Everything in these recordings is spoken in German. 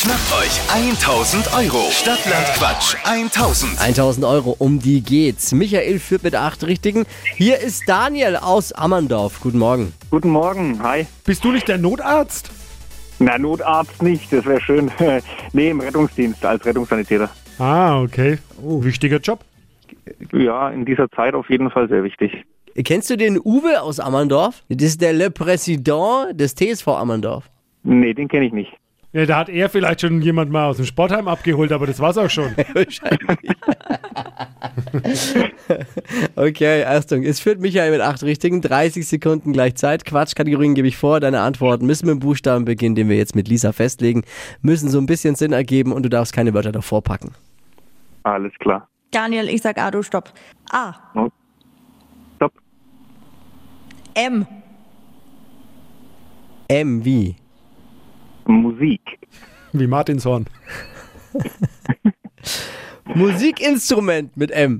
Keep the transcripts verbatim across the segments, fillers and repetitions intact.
Schnappt euch tausend Euro. Stadtland Quatsch tausend. tausend Euro, um die geht's. Michael führt mit acht Richtigen. Hier ist Daniel aus Ammerndorf. Guten Morgen. Guten Morgen, hi. Bist du nicht der Notarzt? Na, Notarzt nicht, das wäre schön. Nee, im Rettungsdienst als Rettungssanitäter. Ah, okay. Oh, wichtiger Job. Ja, in dieser Zeit auf jeden Fall sehr wichtig. Kennst du den Uwe aus Ammerndorf? Das ist der Le Président des T S V Ammerndorf. Nee, den kenne ich nicht. Ja, da hat er vielleicht schon jemand mal aus dem Sportheim abgeholt, aber das war's auch schon. Wahrscheinlich. Okay, Achtung. Es führt Michael mit acht Richtigen. dreißig Sekunden gleich Zeit. Quatschkategorien gebe ich vor. Deine Antworten müssen mit dem Buchstaben beginnen, den wir jetzt mit Lisa festlegen. Müssen so ein bisschen Sinn ergeben und du darfst keine Wörter davor packen. Alles klar. Daniel, ich sag A, du stopp. A. Oh. Stopp. M. M wie? Musik. Wie Martinshorn. Musikinstrument mit M.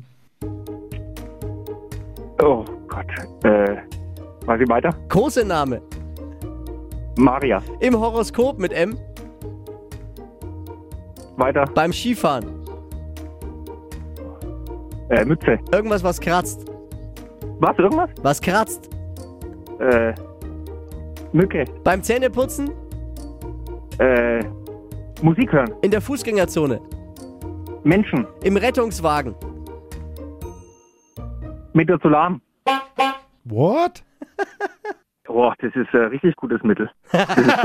Oh Gott. Äh, was ich weiter? Kosename. Maria. Im Horoskop mit M. Weiter. Beim Skifahren. Äh, Mütze. Irgendwas, was kratzt. Was, irgendwas? Was kratzt. Äh, Mücke. Beim Zähneputzen. Äh, Musik hören. In der Fußgängerzone. Menschen. Im Rettungswagen. Metazolam. What? Oh, das ist ein richtig gutes Mittel. Das ist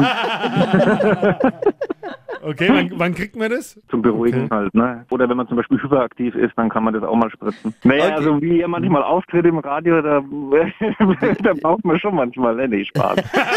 Okay, wann, wann kriegt man das? zum Beruhigen Okay. halt, ne? Oder wenn man zum Beispiel hyperaktiv ist, dann kann man das auch mal spritzen. Naja, Okay. also wie ihr manchmal auftritt im Radio, da, da braucht man schon manchmal, ne? Nee, Spaß.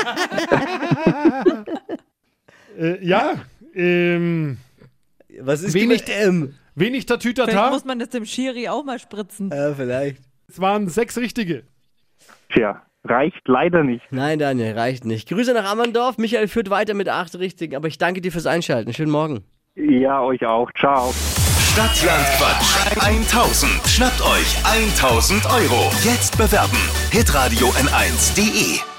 Äh, ja, ähm, Was ist Wenig- mit M? wenig Vielleicht Tatütata. muss man das dem Schiri auch mal spritzen. Ja, vielleicht. Es waren sechs richtige. Tja, reicht leider nicht. Nein, Daniel, reicht nicht. Grüße nach Ammerndorf. Michael führt weiter mit acht Richtigen. Aber ich danke dir fürs Einschalten. Schönen Morgen. Ja, euch auch. Ciao. Stadtland Quatsch tausend. Schnappt euch tausend Euro. Jetzt bewerben. hitradio n eins punkt de